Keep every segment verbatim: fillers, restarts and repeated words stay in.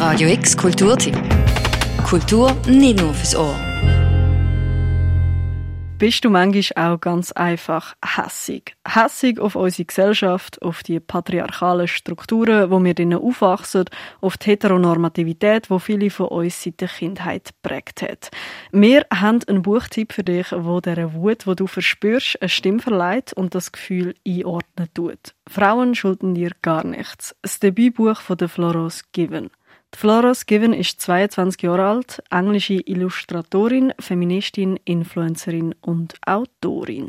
Radio X Kulturtipp. Kultur nicht nur fürs Ohr. Bist du manchmal auch ganz einfach hässig? Hässig auf unsere Gesellschaft, auf die patriarchalen Strukturen, wo wir drinnen aufwachsen, auf die Heteronormativität, die viele von uns seit der Kindheit geprägt hat. Wir haben einen Buchtipp für dich, wo dieser Wut, die du verspürst, eine Stimme verleiht und das Gefühl einordnen tut. «Frauen schulden dir gar nichts». Das Debütbuch von der Florence Given. Florence Given ist zweiundzwanzig Jahre alt, englische Illustratorin, Feministin, Influencerin und Autorin.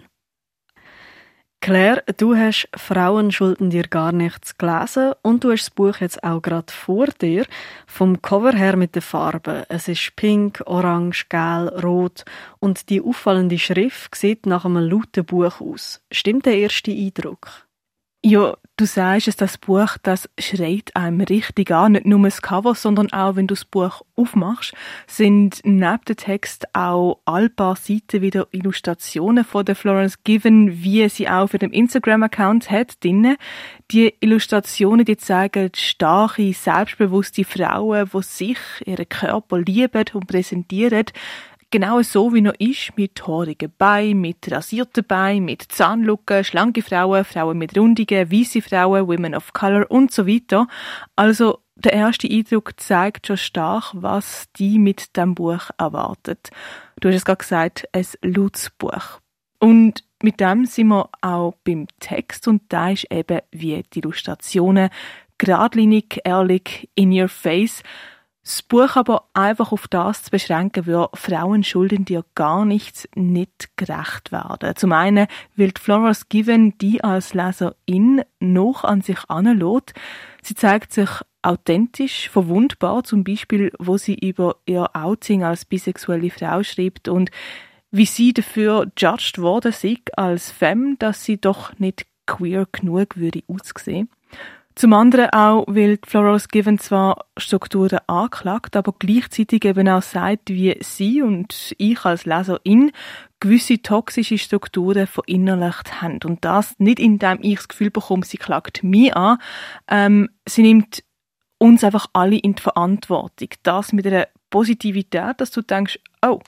Claire, du hast «Frauen schulden dir gar nichts» gelesen und du hast das Buch jetzt auch gerade vor dir. Vom Cover her mit den Farben. Es ist pink, orange, gel, rot und die auffallende Schrift sieht nach einem lauten Buch aus. Stimmt der erste Eindruck? Ja, du sagst es, das Buch, das schreit einem richtig an. Nicht nur das Cover, sondern auch, wenn du das Buch aufmachst, sind neben dem Text auch all paar Seiten wieder Illustrationen von der Florence Given, wie sie auch für den Instagram-Account hat, drin. Die Illustrationen, die zeigen starke, selbstbewusste Frauen, die sich ihren Körper lieben und präsentieren. Genau so, wie er ist, mit haarigen Beinen, mit rasierten Beinen, mit Zahnlücken, schlanke Frauen, Frauen mit Rundungen, weisse Frauen, Women of Color und so weiter. Also der erste Eindruck zeigt schon stark, was die mit dem Buch erwartet. Du hast es gerade gesagt, ein lautes Buch. Und mit dem sind wir auch beim Text und da ist eben wie die Illustrationen geradlinig, ehrlich, in your face. Das Buch aber einfach auf das zu beschränken, weil Frauen schulden dir gar nichts, nicht gerecht werden. Zum einen, weil die Florence Given die als Leserin noch an sich heranlässt. Sie zeigt sich authentisch, verwundbar, zum Beispiel, wo sie über ihr Outing als bisexuelle Frau schreibt und wie sie dafür judged worden ist als Femme, dass sie doch nicht queer genug würde aussehen. Zum anderen auch, weil die Florence Given zwar Strukturen anklagt, aber gleichzeitig eben auch sagt, wie sie und ich als Leserin gewisse toxische Strukturen verinnerlicht haben. Und das nicht, indem ich das Gefühl bekomme, sie klagt mich an. Ähm, sie nimmt uns einfach alle in die Verantwortung. Das mit einer Positivität, dass du denkst, oh,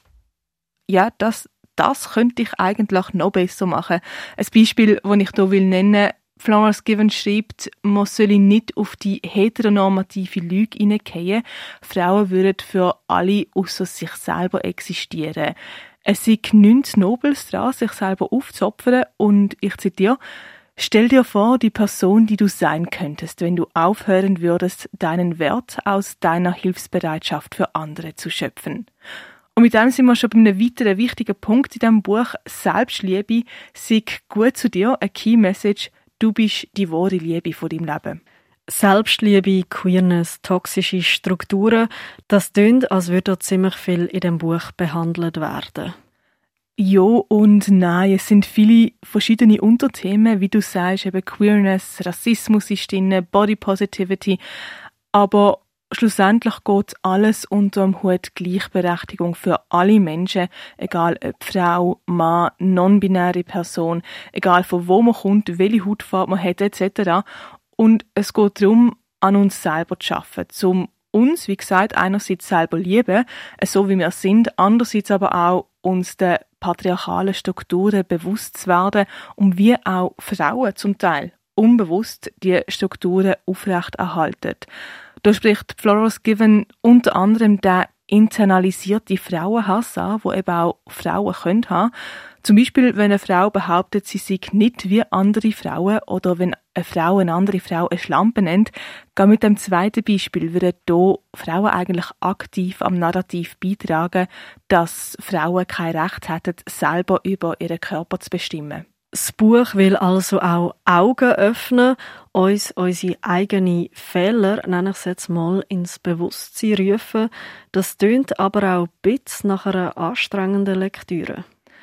ja, das, das könnte ich eigentlich noch besser machen. Ein Beispiel, das ich hier nennen will, Florence Given schreibt, man solle nicht auf die heteronormative Lüge hineingehen. Frauen würden für alle ausser sich selber existieren. Es sei nichts Nobles daran, sich selber aufzuopfern und ich zitiere, stell dir vor, die Person, die du sein könntest, wenn du aufhören würdest, deinen Wert aus deiner Hilfsbereitschaft für andere zu schöpfen. Und mit dem sind wir schon bei einem weiteren wichtigen Punkt in diesem Buch. Selbstliebe, sei gut zu dir, eine Key Message. Du bist die wahre Liebe von deinem Leben. Selbstliebe, Queerness, toxische Strukturen, das tönt, als würde dort ziemlich viel in dem Buch behandelt werden. Ja und nein, es sind viele verschiedene Unterthemen, wie du sagst, eben Queerness, Rassismus ist drin, Body Positivity, aber schlussendlich geht alles unter dem Hut Gleichberechtigung für alle Menschen, egal ob Frau, Mann, non-binäre Person, egal von wo man kommt, welche Hautfarbe man hat et cetera. Und es geht darum, an uns selber zu arbeiten, um uns, wie gesagt, einerseits selber lieben, so wie wir sind, andererseits aber auch uns den patriarchalen Strukturen bewusst zu werden und wie auch Frauen zum Teil unbewusst die Strukturen aufrechterhalten. Da spricht Florence Given unter anderem den internalisierte Frauenhass an, wo eben auch Frauen können haben. Zum Beispiel, wenn eine Frau behauptet, sie sei nicht wie andere Frauen oder wenn eine Frau eine andere Frau eine Schlampe nennt. Gerade mit dem zweiten Beispiel würden hier Frauen eigentlich aktiv am Narrativ beitragen, dass Frauen kein Recht hätten, selber über ihren Körper zu bestimmen. Das Buch will also auch Augen öffnen, uns unsere eigenen Fehler, nenne ich es jetzt mal, ins Bewusstsein rufen. Das tönt aber auch ein bisschen nach einer anstrengenden Lektüre.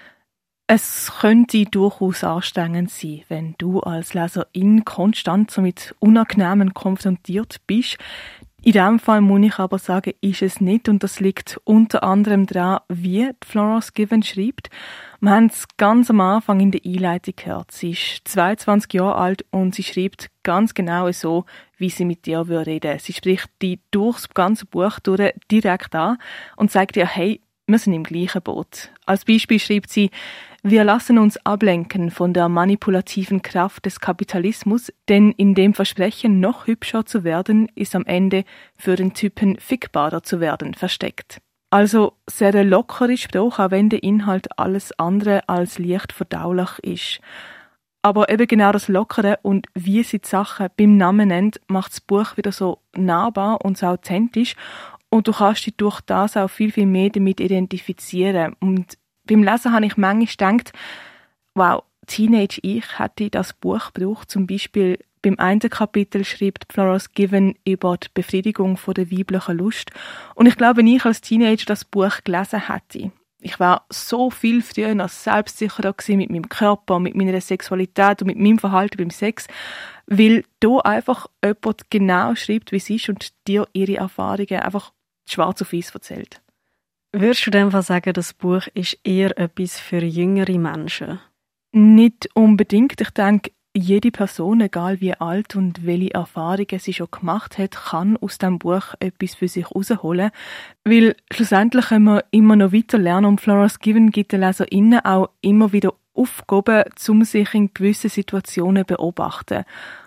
Es könnte durchaus anstrengend sein, wenn du als Leserin konstant so mit Unangenehmen konfrontiert bist. In diesem Fall muss ich aber sagen, ist es nicht. Und das liegt unter anderem daran, wie Florence Given schreibt. Wir haben es ganz am Anfang in der Einleitung gehört. Sie ist zweiundzwanzig Jahre alt und sie schreibt ganz genau so, wie sie mit dir reden würde. Sie spricht dich durchs ganze Buch durch direkt an und sagt dir, hey, wir sind im gleichen Boot. Als Beispiel schreibt sie, wir lassen uns ablenken von der manipulativen Kraft des Kapitalismus, denn in dem Versprechen, noch hübscher zu werden, ist am Ende für den Typen fickbarer zu werden versteckt. Also sehr eine lockere Sprache, auch wenn der Inhalt alles andere als leicht verdaulich ist. Aber eben genau das Lockere und wie sie die Sachen beim Namen nennt, macht das Buch wieder so nahbar und so authentisch und du kannst dich durch das auch viel, viel mehr damit identifizieren. Und beim Lesen habe ich manchmal gedacht, wow, Teenage-Ich hätte das Buch gebraucht. Zum Beispiel beim einen Kapitel schreibt Florence Given über die Befriedigung von der weiblichen Lust. Und ich glaube, wenn ich als Teenager das Buch gelesen hätte, ich war so viel früher noch selbstsicherer gewesen mit meinem Körper, mit meiner Sexualität und mit meinem Verhalten beim Sex, weil da einfach jemand genau schreibt, wie es ist und dir ihre Erfahrungen einfach schwarz auf weiß erzählt. Würdest du in dem Fall sagen, das Buch ist eher etwas für jüngere Menschen? Nicht unbedingt. Ich denke, jede Person, egal wie alt und welche Erfahrungen sie schon gemacht hat, kann aus diesem Buch etwas für sich herausholen. Weil schlussendlich können wir immer noch weiter lernen und Florence Given gibt den LeserInnen auch immer wieder Aufgaben, um sich in gewissen Situationen zu beobachten.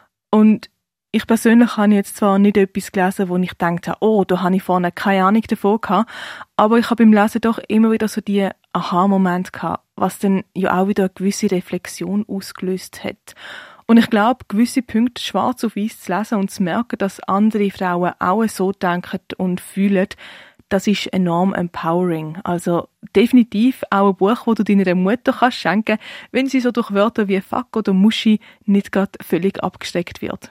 Und ich persönlich habe jetzt zwar nicht etwas gelesen, wo ich gedacht habe, oh, da habe ich vorne keine Ahnung davon gehabt, aber ich habe beim Lesen doch immer wieder so die Aha-Momente gehabt, was dann ja auch wieder eine gewisse Reflexion ausgelöst hat. Und ich glaube, gewisse Punkte schwarz auf weiß zu lesen und zu merken, dass andere Frauen auch so denken und fühlen, das ist enorm empowering. Also definitiv auch ein Buch, das du deiner Mutter kannst schenken, wenn sie so durch Wörter wie Fuck oder Muschi nicht gerade völlig abgesteckt wird.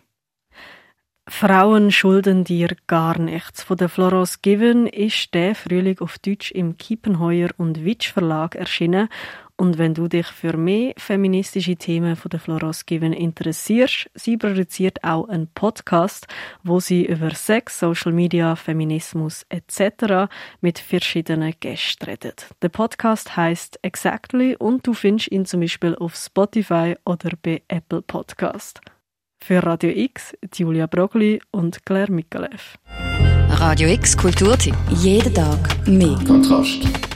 Frauen schulden dir gar nichts. Von der Florence Given ist der Frühling auf Deutsch im Kiepenheuer und Witsch Verlag erschienen. Und wenn du dich für mehr feministische Themen von der Florence Given interessierst, sie produziert auch einen Podcast, wo sie über Sex, Social Media, Feminismus et cetera mit verschiedenen Gästen redet. Der Podcast heisst Exactly und du findest ihn zum Beispiel auf Spotify oder bei Apple Podcast. Für Radio X, Julia Brogli und Claire Mikalev. Radio X Kulturtipp. Jeden Tag mehr. Kontrast.